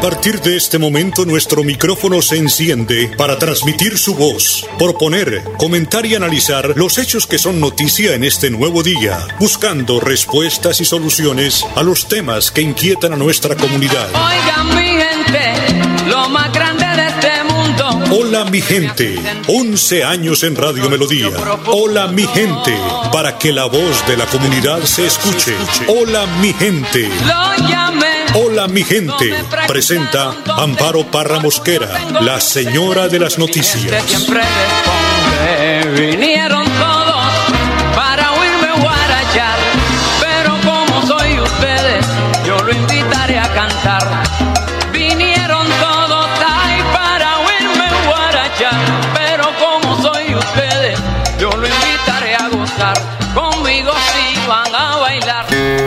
partir de este momento nuestro micrófono se enciende para transmitir su voz, proponer, comentar y analizar los hechos que son noticia en este nuevo día, buscando respuestas y soluciones a los temas que inquietan a nuestra comunidad. Oigan mi gente, lo más grande de este mundo. Hola mi gente, 11 años en Radio Melodía. Hola mi gente, para que la voz de la comunidad se escuche. Hola mi gente. Lo llamé. Hola mi gente, presenta Amparo Parra Mosquera, la señora de las noticias. Siempre responde, vinieron todos para oírme guarachar, pero como soy ustedes, yo lo invitaré a cantar. Vinieron todos ahí para oírme guarachar, pero como soy ustedes, yo lo invitaré a gozar. Conmigo sí van a bailar.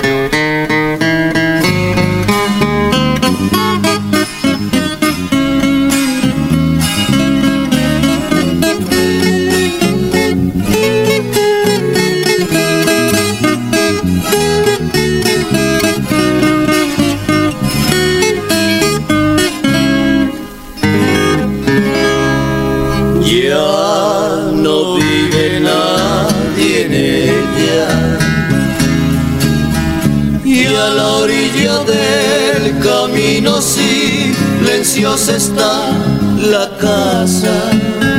Camino silenciosa está la casa.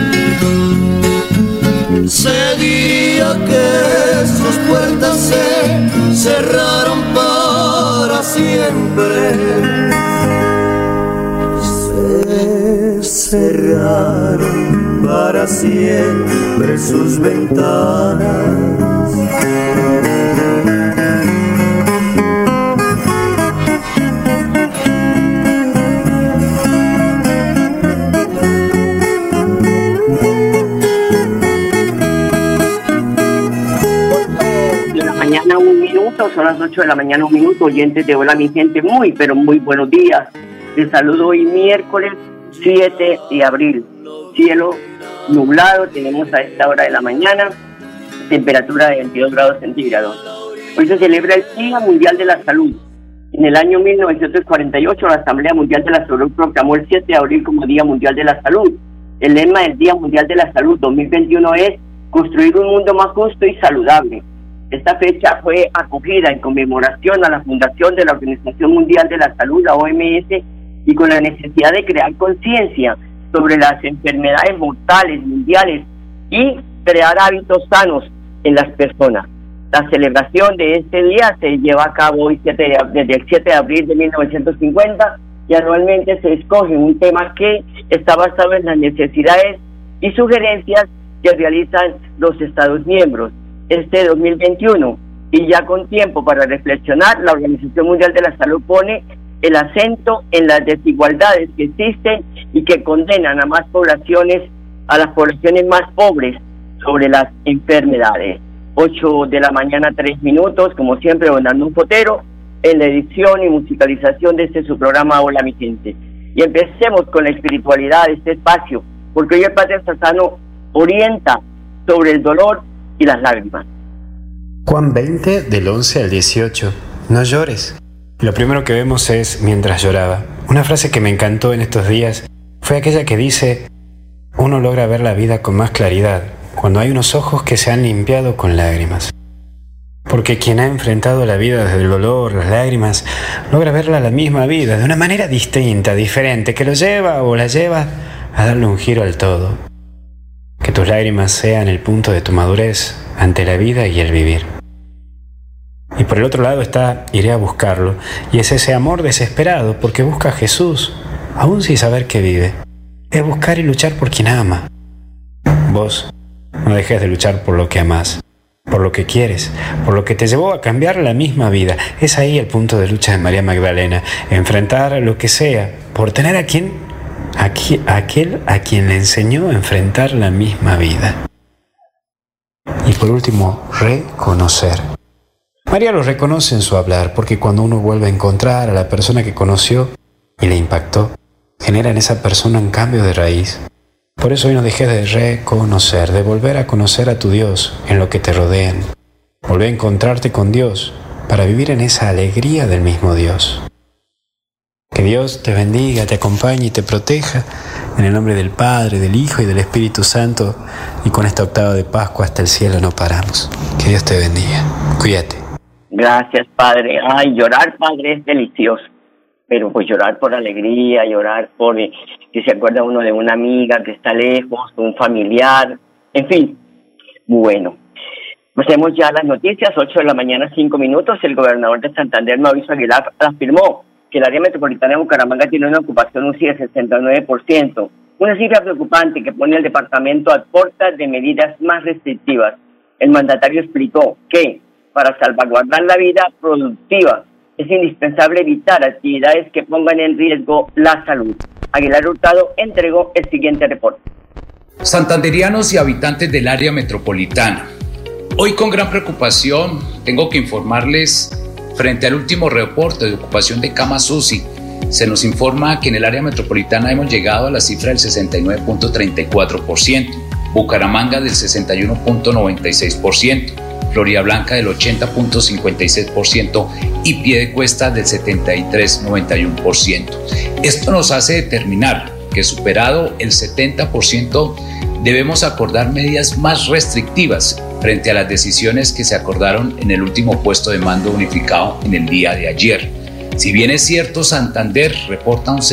Se diría que sus puertas se cerraron para siempre. Se cerraron para siempre sus ventanas. Son las 8 de la mañana, 1 minuto, oyentes de Hola mi gente, muy pero muy buenos días. Les saludo hoy miércoles 7 de abril. Cielo nublado tenemos a esta hora de la mañana, temperatura de 22 grados centígrados. Hoy se celebra el Día Mundial de la Salud. En el año 1948 la Asamblea Mundial de la Salud proclamó el 7 de abril como Día Mundial de la Salud. El lema del Día Mundial de la Salud 2021 es construir un mundo más justo y saludable. Esta fecha fue acogida en conmemoración a la fundación de la Organización Mundial de la Salud, la OMS, y con la necesidad de crear conciencia sobre las enfermedades mortales mundiales y crear hábitos sanos en las personas. La celebración de este día se lleva a cabo hoy desde el 7 de abril de 1950 y anualmente se escoge un tema que está basado en las necesidades y sugerencias que realizan los Estados miembros. Este 2021, y ya con tiempo para reflexionar, la Organización Mundial de la Salud pone el acento en las desigualdades que existen y que condenan a las poblaciones más pobres sobre las enfermedades. 8 de la mañana, 3 minutos, como siempre, don Arnulfo Otero, en la edición y musicalización de su programa Hola mi gente. Y empecemos con la espiritualidad de este espacio, porque hoy el Padre Sassano orienta sobre el dolor y las lágrimas. Juan 20, del 11 al 18. No llores. Lo primero que vemos es mientras lloraba. Una frase que me encantó en estos días fue aquella que dice: uno logra ver la vida con más claridad cuando hay unos ojos que se han limpiado con lágrimas. Porque quien ha enfrentado la vida desde el dolor, las lágrimas, logra verla la misma vida de una manera distinta, diferente, que lo lleva o la lleva a darle un giro al todo. Que tus lágrimas sean el punto de tu madurez ante la vida y el vivir. Y por el otro lado está iré a buscarlo, y es ese amor desesperado porque busca a Jesús, aún sin saber que vive. Es buscar y luchar por quien ama. Vos no dejes de luchar por lo que amás, por lo que quieres, por lo que te llevó a cambiar la misma vida. Es ahí el punto de lucha de María Magdalena, enfrentar lo que sea, por tener aquel a quien le enseñó a enfrentar la misma vida. Y por último, reconocer. María lo reconoce en su hablar, porque cuando uno vuelve a encontrar a la persona que conoció y le impactó, genera en esa persona un cambio de raíz. Por eso hoy no dejes de reconocer, de volver a conocer a tu Dios en lo que te rodean. Volver a encontrarte con Dios para vivir en esa alegría del mismo Dios. Que Dios te bendiga, te acompañe y te proteja. En el nombre del Padre, del Hijo y del Espíritu Santo. Y con esta octava de Pascua hasta el cielo no paramos. Que Dios te bendiga. Cuídate. Gracias, Padre. Ay, llorar, Padre, es delicioso. Pero pues llorar por alegría, llorar por que se acuerda uno de una amiga que está lejos, un familiar, en fin. Bueno, pasemos ya a las noticias. 8 de la mañana, 5 minutos. El gobernador de Santander, Mauricio Aguilar, afirmó que el área metropolitana de Bucaramanga tiene una ocupación UCI de 69%, una cifra preocupante que pone al departamento a puertas de medidas más restrictivas. El mandatario explicó que, para salvaguardar la vida productiva, es indispensable evitar actividades que pongan en riesgo la salud. Aguilar Hurtado entregó el siguiente reporte. Santanderianos y habitantes del área metropolitana, hoy con gran preocupación tengo que informarles. Frente al último reporte de ocupación de camas UCI, se nos informa que en el área metropolitana hemos llegado a la cifra del 69.34%, Bucaramanga del 61.96%, Floridablanca del 80.56% y Piedecuesta del 73.91%. Esto nos hace determinar que, superado el 70%, debemos acordar medidas más restrictivas frente a las decisiones que se acordaron en el último puesto de mando unificado en el día de ayer. Si bien es cierto, Santander reporta un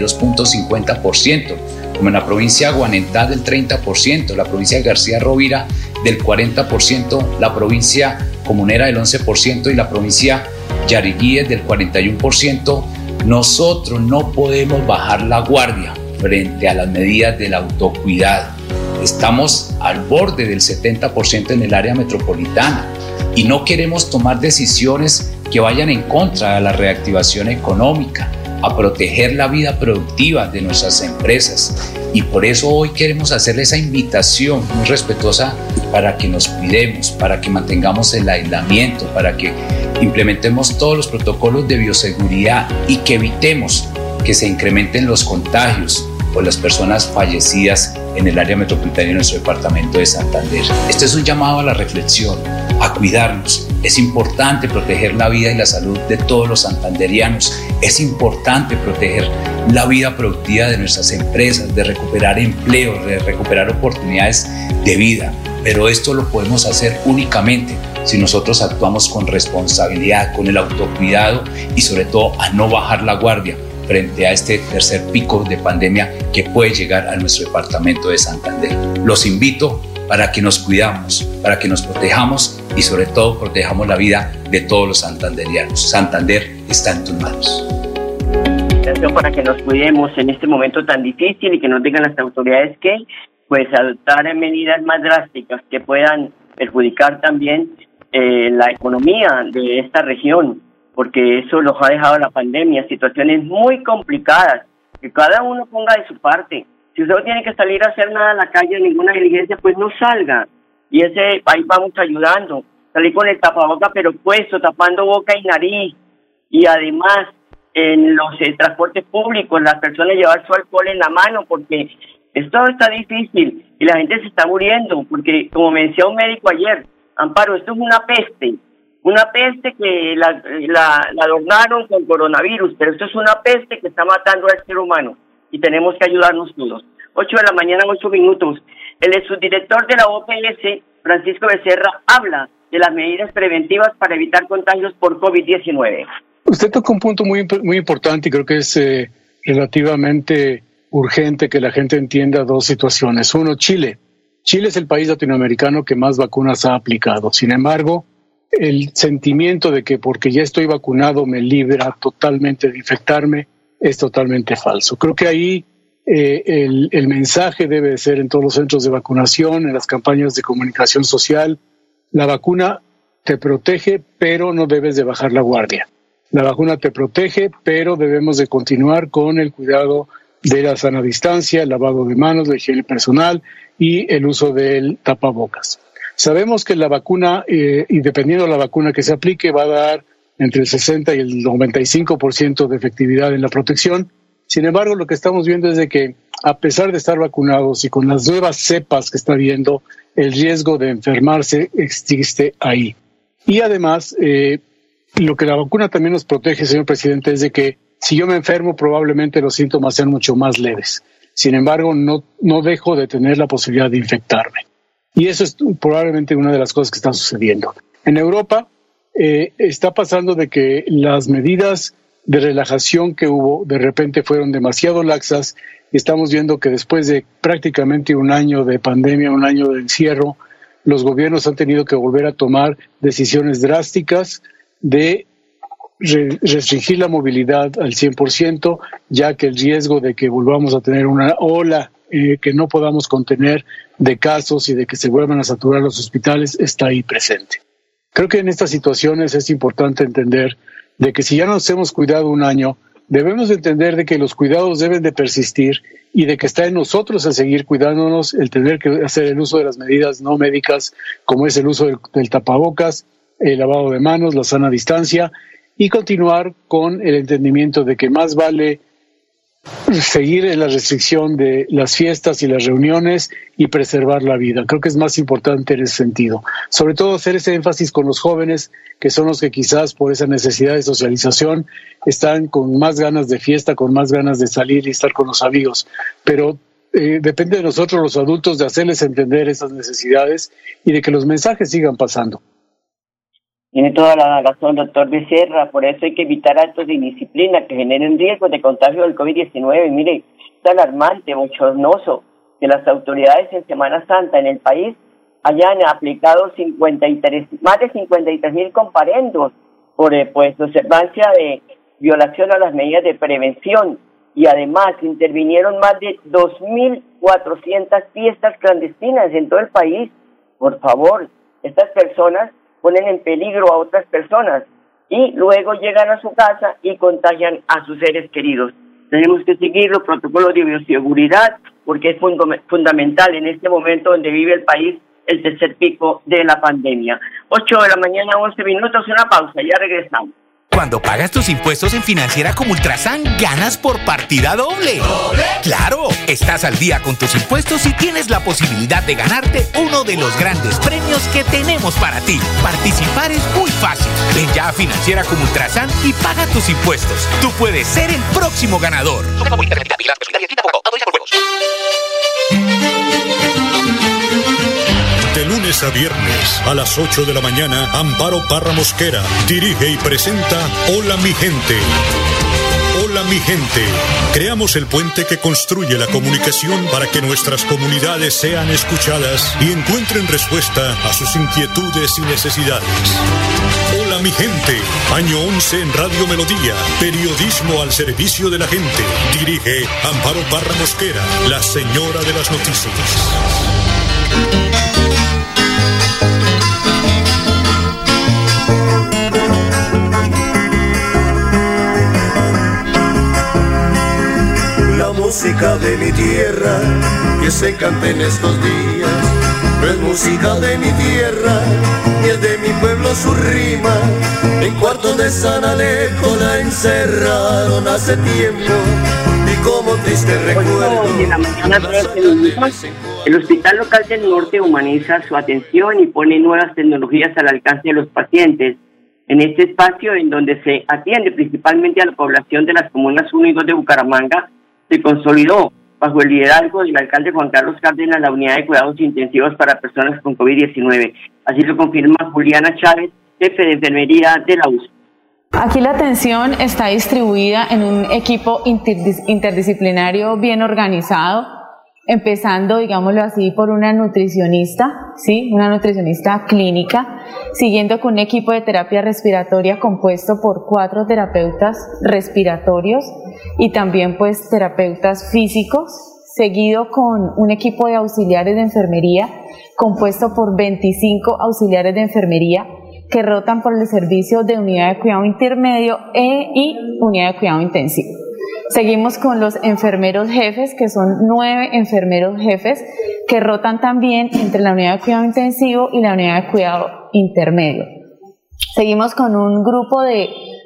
62.50%, como en la provincia de Guanentá del 30%, la provincia de García Rovira del 40%, la provincia Comunera del 11% y la provincia Yariguíes del 41%, nosotros no podemos bajar la guardia frente a las medidas del autocuidado. Estamos al borde del 70% en el área metropolitana y no queremos tomar decisiones que vayan en contra de la reactivación económica, a proteger la vida productiva de nuestras empresas. Y por eso hoy queremos hacerle esa invitación muy respetuosa para que nos cuidemos, para que mantengamos el aislamiento, para que implementemos todos los protocolos de bioseguridad y que evitemos que se incrementen los contagios por las personas fallecidas en el área metropolitana de nuestro departamento de Santander. Este es un llamado a la reflexión, a cuidarnos. Es importante proteger la vida y la salud de todos los santanderianos. Es importante proteger la vida productiva de nuestras empresas, de recuperar empleo, de recuperar oportunidades de vida. Pero esto lo podemos hacer únicamente si nosotros actuamos con responsabilidad, con el autocuidado y sobre todo a no bajar la guardia frente a este tercer pico de pandemia que puede llegar a nuestro departamento de Santander. Los invito para que nos cuidamos, para que nos protejamos y sobre todo protejamos la vida de todos los santanderianos. Santander está en tus manos. Para que nos cuidemos en este momento tan difícil y que nos digan las autoridades que pues adoptar medidas más drásticas que puedan perjudicar también la economía de esta región, porque eso los ha dejado la pandemia, situaciones muy complicadas, que cada uno ponga de su parte. Si usted no tiene que salir a hacer nada en la calle, ninguna diligencia, pues no salga. Y ahí vamos ayudando. Salir con el tapaboca, pero puesto, tapando boca y nariz. Y además, en los transportes públicos, las personas llevar su alcohol en la mano, porque esto está difícil y la gente se está muriendo, porque como me decía un médico ayer, Amparo, esto es una peste que la adornaron con coronavirus, pero esto es una peste que está matando al ser humano y tenemos que ayudarnos todos. 8 de la mañana, 8 minutos. El subdirector de la OPS, Francisco Becerra, habla de las medidas preventivas para evitar contagios por COVID-19. Usted tocó un punto muy importante y creo que es relativamente urgente que la gente entienda dos situaciones. Uno, Chile. Chile es el país latinoamericano que más vacunas ha aplicado. Sin embargo, el sentimiento de que porque ya estoy vacunado me libra totalmente de infectarme es totalmente falso. Creo que ahí el mensaje debe ser en todos los centros de vacunación, en las campañas de comunicación social. La vacuna te protege, pero no debes de bajar la guardia. La vacuna te protege, pero debemos de continuar con el cuidado de la sana distancia, el lavado de manos, la higiene personal y el uso del tapabocas. Sabemos que la vacuna, y dependiendo de la vacuna que se aplique, va a dar entre el 60 y el 95% de efectividad en la protección. Sin embargo, lo que estamos viendo es de que, a pesar de estar vacunados y con las nuevas cepas que está habiendo, el riesgo de enfermarse existe ahí. Y además, lo que la vacuna también nos protege, señor presidente, es de que si yo me enfermo, probablemente los síntomas sean mucho más leves. Sin embargo, no dejo de tener la posibilidad de infectarme. Y eso es probablemente una de las cosas que están sucediendo. En Europa está pasando de que las medidas de relajación que hubo de repente fueron demasiado laxas. Estamos viendo que después de prácticamente un año de pandemia, un año de encierro, los gobiernos han tenido que volver a tomar decisiones drásticas de restringir la movilidad al 100%, ya que el riesgo de que volvamos a tener una ola que no podamos contener de casos y de que se vuelvan a saturar los hospitales está ahí presente. Creo que en estas situaciones es importante entender de que si ya nos hemos cuidado un año, debemos entender de que los cuidados deben de persistir y de que está en nosotros el seguir cuidándonos, el tener que hacer el uso de las medidas no médicas, como es el uso del tapabocas, el lavado de manos, la sana distancia, y continuar con el entendimiento de que más vale seguir en la restricción de las fiestas y las reuniones y preservar la vida. Creo que es más importante en ese sentido. Sobre todo hacer ese énfasis con los jóvenes, que son los que quizás por esa necesidad de socialización están con más ganas de fiesta, con más ganas de salir y estar con los amigos. Pero depende de nosotros los adultos de hacerles entender esas necesidades y de que los mensajes sigan pasando. Tiene toda la razón, doctor Becerra. Por eso hay que evitar actos de indisciplina que generen riesgos de contagio del COVID-19. Mire, es alarmante, bochornoso que las autoridades en Semana Santa en el país hayan aplicado más de 53,000 comparendos por observancia de violación a las medidas de prevención. Y además intervinieron más de 2,400 fiestas clandestinas en todo el país. Por favor, estas personas ponen en peligro a otras personas y luego llegan a su casa y contagian a sus seres queridos. Tenemos que seguir los protocolos de bioseguridad porque es fundamental en este momento donde vive el país el tercer pico de la pandemia. 8 de la mañana, 11 minutos, una pausa, ya regresamos. Cuando pagas tus impuestos en Financiera como Ultrasan, ganas por partida doble. ¿Doble? ¡Claro! Estás al día con tus impuestos y tienes la posibilidad de ganarte uno de los grandes premios que tenemos para ti. Participar es muy fácil. Ven ya a Financiera como Ultrasan y paga tus impuestos. Tú puedes ser el próximo ganador. De lunes a viernes a las 8 de la mañana, Amparo Parra Mosquera dirige y presenta Hola mi gente. Hola mi gente. Creamos el puente que construye la comunicación para que nuestras comunidades sean escuchadas y encuentren respuesta a sus inquietudes y necesidades. Hola mi gente. Año 11 en Radio Melodía. Periodismo al servicio de la gente. Dirige Amparo Parra Mosquera, la señora de las noticias. La música de mi tierra que se canta en estos días no es música de mi tierra ni es de mi pueblo su rima. En cuartos de San Alejo la encerraron hace tiempo y como triste recuerdo. Hoy en la mañana, el Hospital Local del Norte humaniza su atención y pone nuevas tecnologías al alcance de los pacientes. En este espacio, en donde se atiende principalmente a la población de las comunas 1 y 2 de Bucaramanga, se consolidó bajo el liderazgo del alcalde Juan Carlos Cárdenas la unidad de cuidados intensivos para personas con COVID-19. Así lo confirma Juliana Chávez, jefe de enfermería de la UCE. Aquí la atención está distribuida en un equipo interdisciplinario bien organizado, empezando, digámoslo así, por una nutricionista, ¿sí? Una nutricionista clínica, siguiendo con un equipo de terapia respiratoria compuesto por 4 terapeutas respiratorios y también pues terapeutas físicos, seguido con un equipo de auxiliares de enfermería compuesto por 25 auxiliares de enfermería que rotan por el servicio de unidad de cuidado intermedio y unidad de cuidado intensivo. Seguimos con los enfermeros jefes, que son 9 enfermeros jefes que rotan también entre la unidad de cuidado intensivo y la unidad de cuidado intermedio. Seguimos con un grupo de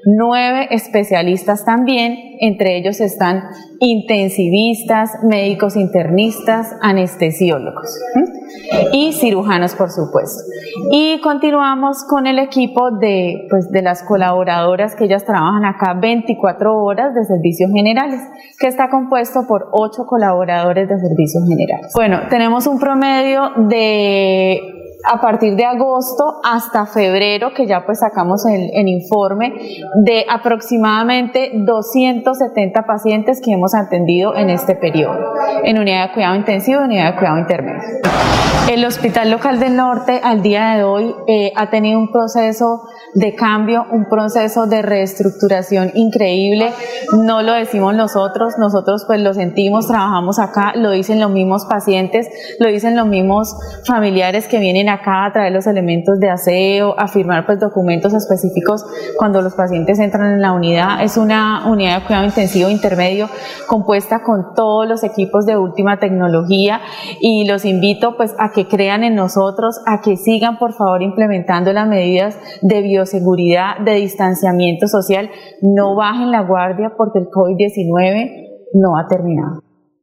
9 especialistas también, entre ellos están intensivistas, médicos internistas, anestesiólogos y cirujanos, por supuesto. Y continuamos con el equipo de las colaboradoras que ellas trabajan acá 24 horas de servicios generales, que está compuesto por 8 colaboradores de servicios generales. Bueno, tenemos un promedio de a partir de agosto hasta febrero, que ya pues sacamos el informe, de aproximadamente 270 pacientes que hemos atendido en este periodo, en unidad de cuidado intensivo y unidad de cuidado intermedio. El Hospital Local del Norte al día de hoy ha tenido un proceso de cambio, un proceso de reestructuración increíble. No lo decimos nosotros pues lo sentimos, trabajamos acá, lo dicen los mismos pacientes, lo dicen los mismos familiares que vienen acá a traer los elementos de aseo, a firmar pues documentos específicos cuando los pacientes entran en la unidad. Es una unidad de cuidado intensivo intermedio compuesta con todos los equipos de última tecnología, y los invito pues a que crean en nosotros, a que sigan por favor implementando las medidas de bioseguridad, de distanciamiento social. No bajen la guardia porque el COVID-19 no ha terminado.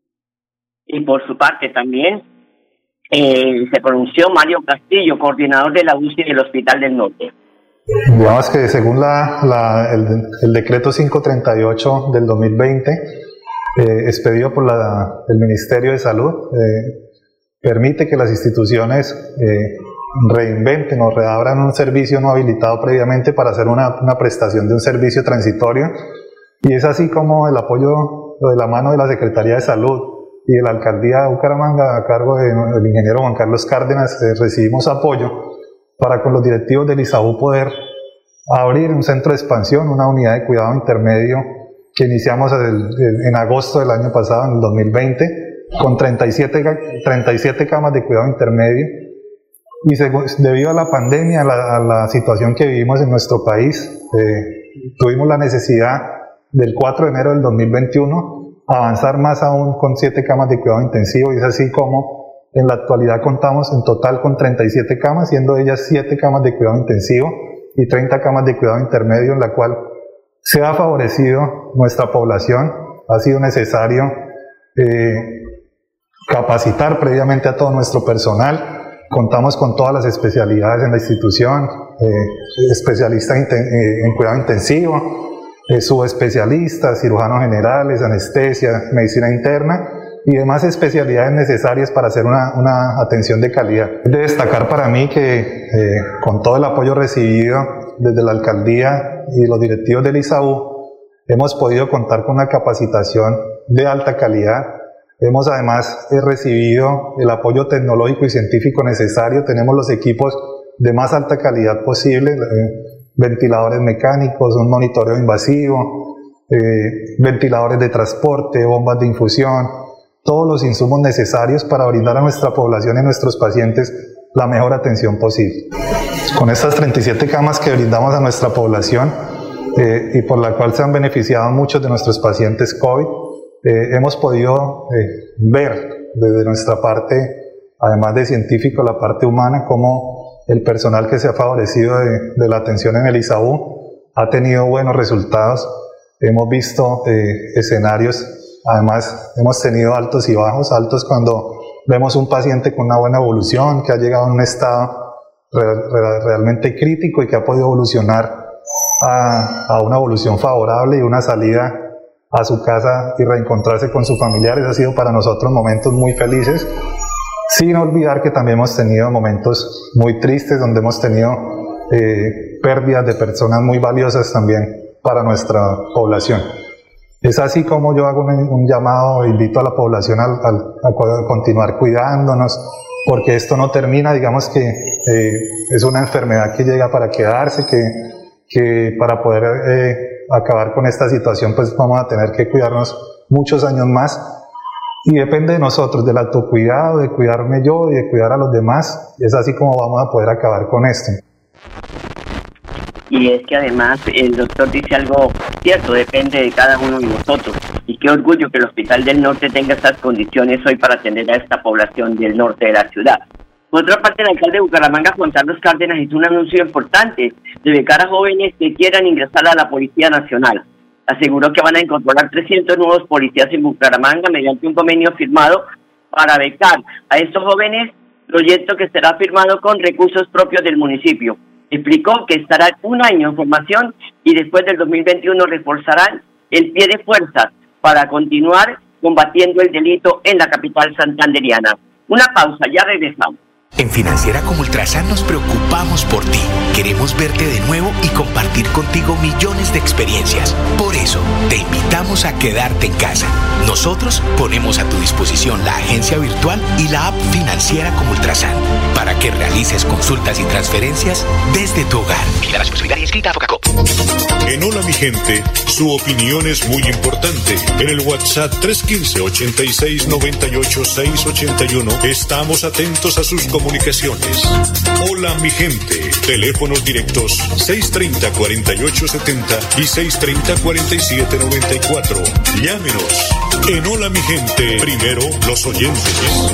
Y por su parte también se pronunció Mario Castillo, coordinador de la UCI del Hospital del Norte. Digamos que según el decreto 538 del 2020, expedido por el Ministerio de Salud, permite que las instituciones reinventen o reabran un servicio no habilitado previamente para hacer una prestación de un servicio transitorio, y es así como el apoyo de la mano de la Secretaría de Salud y de la Alcaldía de Bucaramanga, a cargo del ingeniero Juan Carlos Cárdenas, recibimos apoyo para con los directivos del ISAU poder abrir un centro de expansión, una unidad de cuidado intermedio que iniciamos en agosto del año pasado, en el 2020, con 37 camas de cuidado intermedio. Y debido a la pandemia, a la situación que vivimos en nuestro país, tuvimos la necesidad del 4 de enero del 2021 avanzar más aún con 7 camas de cuidado intensivo, y es así como en la actualidad contamos en total con 37 camas, siendo ellas 7 camas de cuidado intensivo y 30 camas de cuidado intermedio, en la cual se ha favorecido nuestra población. Ha sido necesario capacitar previamente a todo nuestro personal. Contamos con todas las especialidades en la institución, especialistas en cuidado intensivo, subespecialistas, cirujanos generales, anestesia, medicina interna y demás especialidades necesarias para hacer una atención de calidad. Es de destacar para mí que con todo el apoyo recibido desde la alcaldía y los directivos del ISAU, hemos podido contar con una capacitación de alta calidad. Hemos además recibido el apoyo tecnológico y científico necesario. Tenemos los equipos de más alta calidad posible, ventiladores mecánicos, un monitoreo invasivo, ventiladores de transporte, bombas de infusión, todos los insumos necesarios para brindar a nuestra población y a nuestros pacientes la mejor atención posible. Con estas 37 camas que brindamos a nuestra población y por la cual se han beneficiado muchos de nuestros pacientes COVID, hemos podido ver desde nuestra parte, además de científico, la parte humana, cómo el personal que se ha favorecido de la atención en el ISAU ha tenido buenos resultados. Hemos visto escenarios, además hemos tenido altos y bajos, altos cuando vemos un paciente con una buena evolución, que ha llegado a un estado realmente crítico y que ha podido evolucionar a una evolución favorable y una salida a su casa y reencontrarse con sus familiares. Ha sido para nosotros momentos muy felices, sin olvidar que también hemos tenido momentos muy tristes donde hemos tenido pérdidas de personas muy valiosas también para nuestra población. Es así como yo hago un llamado, invito a la población a continuar cuidándonos, porque esto no termina. Digamos que es una enfermedad que llega para quedarse, que para poder acabar con esta situación pues vamos a tener que cuidarnos muchos años más, y depende de nosotros, del autocuidado, de cuidarme yo y de cuidar a los demás. Es así como vamos a poder acabar con esto. Y es que además el doctor dice algo cierto, depende de cada uno de nosotros. Y qué orgullo que el Hospital del Norte tenga estas condiciones hoy para atender a esta población del norte de la ciudad. Por otra parte, el alcalde de Bucaramanga, Juan Carlos Cárdenas, hizo un anuncio importante de becar a jóvenes que quieran ingresar a la Policía Nacional. Aseguró que van a incorporar 300 nuevos policías en Bucaramanga mediante un convenio firmado para becar a estos jóvenes, proyecto que será firmado con recursos propios del municipio. Explicó que estará un año en formación y después del 2021 reforzarán el pie de fuerza para continuar combatiendo el delito en la capital santandereana. Una pausa, ya regresamos. En Financiera como Ultrasan nos preocupamos por ti. Queremos verte de nuevo y compartir contigo millones de experiencias. Por eso, te invitamos a quedarte en casa. Nosotros ponemos a tu disposición la agencia virtual y la app Financiera como Ultrasan para que realices consultas y transferencias desde tu hogar. Vigilada Supersolidaria inscrita a Focacop. En Hola mi gente, su opinión es muy importante. En el WhatsApp 315-8698-681 estamos atentos a sus comunicaciones. Hola mi gente, teléfonos directos 630-4870 y 630-4794. Llámenos. En Hola mi gente, primero los oyentes.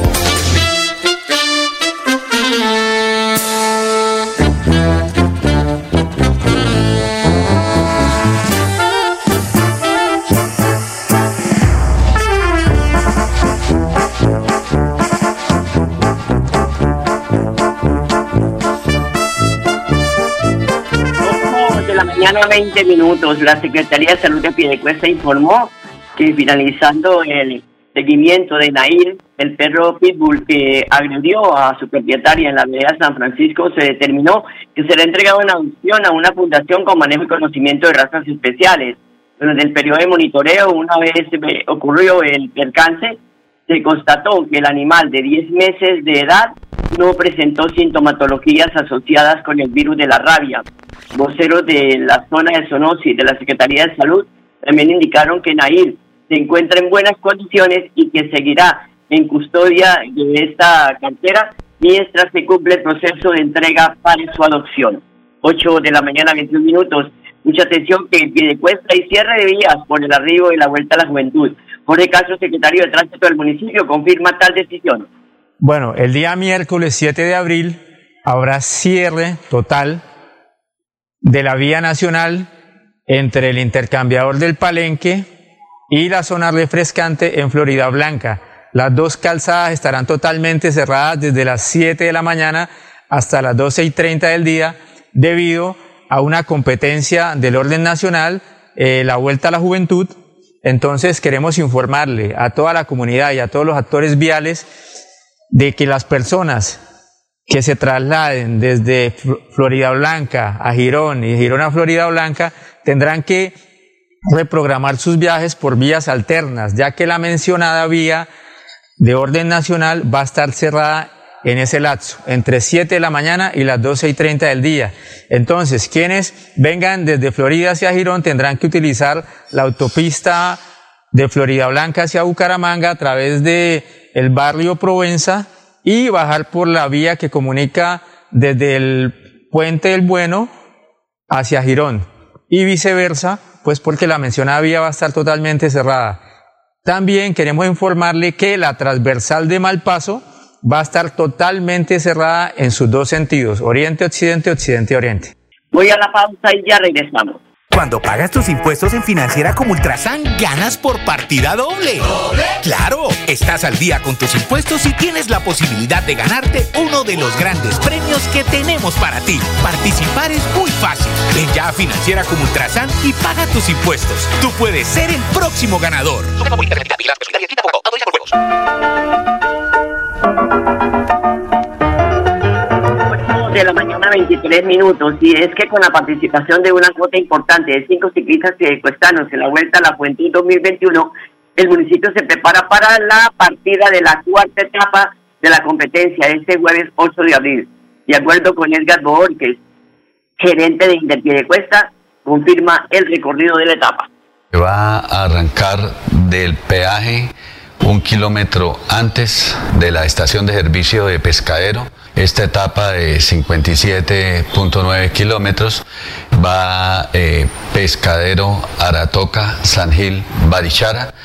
Mañana 20 minutos, la Secretaría de Salud de Piedecuesta informó que finalizando el seguimiento de Nair, el perro pitbull que agredió a su propietaria en la avenida San Francisco, se determinó que será entregado en adopción a una fundación con manejo y conocimiento de razas especiales. Durante el periodo de monitoreo, una vez ocurrió el percance, se constató que el animal de 10 meses de edad no presentó sintomatologías asociadas con el virus de la rabia. Voceros de la zona de Sonosi de la Secretaría de Salud también indicaron que Nair se encuentra en buenas condiciones y que seguirá en custodia de esta cartera mientras se cumple el proceso de entrega para su adopción. 8 de la mañana, 21 minutos. Mucha atención que en Piedecuesta hay cierre de vías por el arribo y la vuelta a la juventud. Jorge Castro, secretario de Tránsito del municipio, confirma tal decisión. Bueno, el día miércoles 7 de abril habrá cierre total de la vía nacional entre el intercambiador del Palenque y la zona refrescante en Florida Blanca. Las dos calzadas estarán totalmente cerradas desde las 7 de la mañana hasta las 12:30 del día debido a una competencia del orden nacional, la Vuelta a la Juventud. Entonces queremos informarle a toda la comunidad y a todos los actores viales de que las personas que se trasladen desde Florida Blanca a Girón y Girón a Florida Blanca tendrán que reprogramar sus viajes por vías alternas, ya que la mencionada vía de orden nacional va a estar cerrada en ese lapso, entre 7 de la mañana y las 12:30 del día. Entonces, quienes vengan desde Florida hacia Girón tendrán que utilizar la autopista de Florida Blanca hacia Bucaramanga a través de el barrio Provenza y bajar por la vía que comunica desde el Puente del Bueno hacia Girón y viceversa, pues porque la mencionada vía va a estar totalmente cerrada. También queremos informarle que la transversal de Malpaso va a estar totalmente cerrada en sus dos sentidos, oriente-occidente, occidente-oriente. Voy a la pausa y ya regresamos. Cuando pagas tus impuestos en Financiera como Ultrasan, ganas por partida doble. ¿Doble? ¡Claro! Estás al día con tus impuestos y tienes la posibilidad de ganarte uno de los grandes premios que tenemos para ti. Participar es muy fácil. Ven ya a Financiera como Ultrasan y paga tus impuestos. Tú puedes ser el próximo ganador. De la mañana, 23 minutos, y es que con la participación de una cuota importante de 5 ciclistas piedecuestanos en la Vuelta a la Juventud 2021, el municipio se prepara para la partida de la cuarta etapa de la competencia este jueves 8 de abril. De acuerdo con Edgar Borges, gerente de Interpiedecuesta, confirma el recorrido de la etapa. Va a arrancar del peaje 1 kilómetro antes de la estación de servicio de Pescadero. Esta etapa de 57.9 kilómetros va Pescadero, Aratoca, San Gil, Barichara.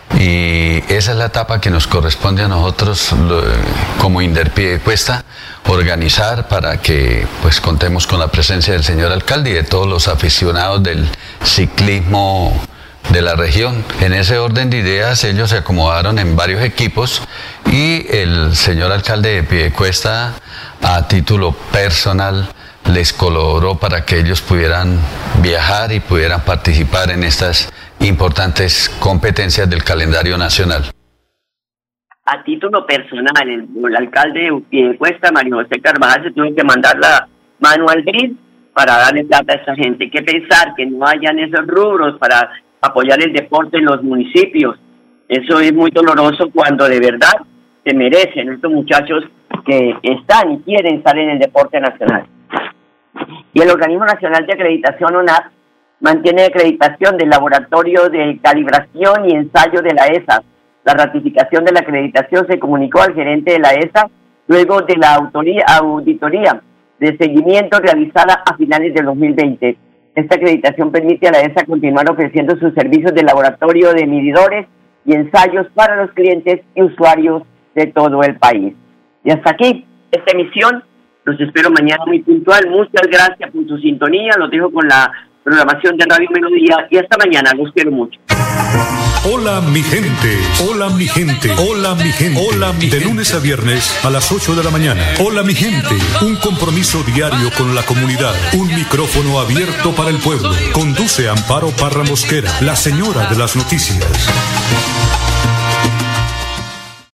y esa es la etapa que nos corresponde a nosotros como Inderpiedecuesta organizar para que pues contemos con la presencia del señor alcalde y de todos los aficionados del ciclismo de la región. En ese orden de ideas ellos se acomodaron en varios equipos y el señor alcalde de Piedecuesta a título personal les colaboró para que ellos pudieran viajar y pudieran participar en estas importantes competencias del calendario nacional. A título personal, el alcalde de Piedecuesta, Mario José Carvajal, se tuvo que mandar la mano al grid para darle plata a esa gente. ¿Qué pensar? Que no hayan esos rubros para apoyar el deporte en los municipios. Eso es muy doloroso cuando de verdad se merecen estos muchachos que están y quieren estar en el deporte nacional. Y el Organismo Nacional de Acreditación, ONAC, mantiene acreditación del Laboratorio de Calibración y Ensayo de la ESA. La ratificación de la acreditación se comunicó al gerente de la ESA luego de la auditoría de seguimiento realizada a finales del 2020. Esta acreditación permite a la ESA continuar ofreciendo sus servicios de laboratorio de medidores y ensayos para los clientes y usuarios de todo el país. Y hasta aquí esta emisión. Los espero mañana muy puntual. Muchas gracias por su sintonía. Los dejo con la programación de Radio Melodía y hasta mañana. Los quiero mucho. Hola mi gente, hola mi gente, hola mi gente, hola mi gente. De lunes a viernes a las 8 de la mañana. Hola mi gente, un compromiso diario con la comunidad, un micrófono abierto para el pueblo. Conduce Amparo Parra Mosquera, la señora de las noticias.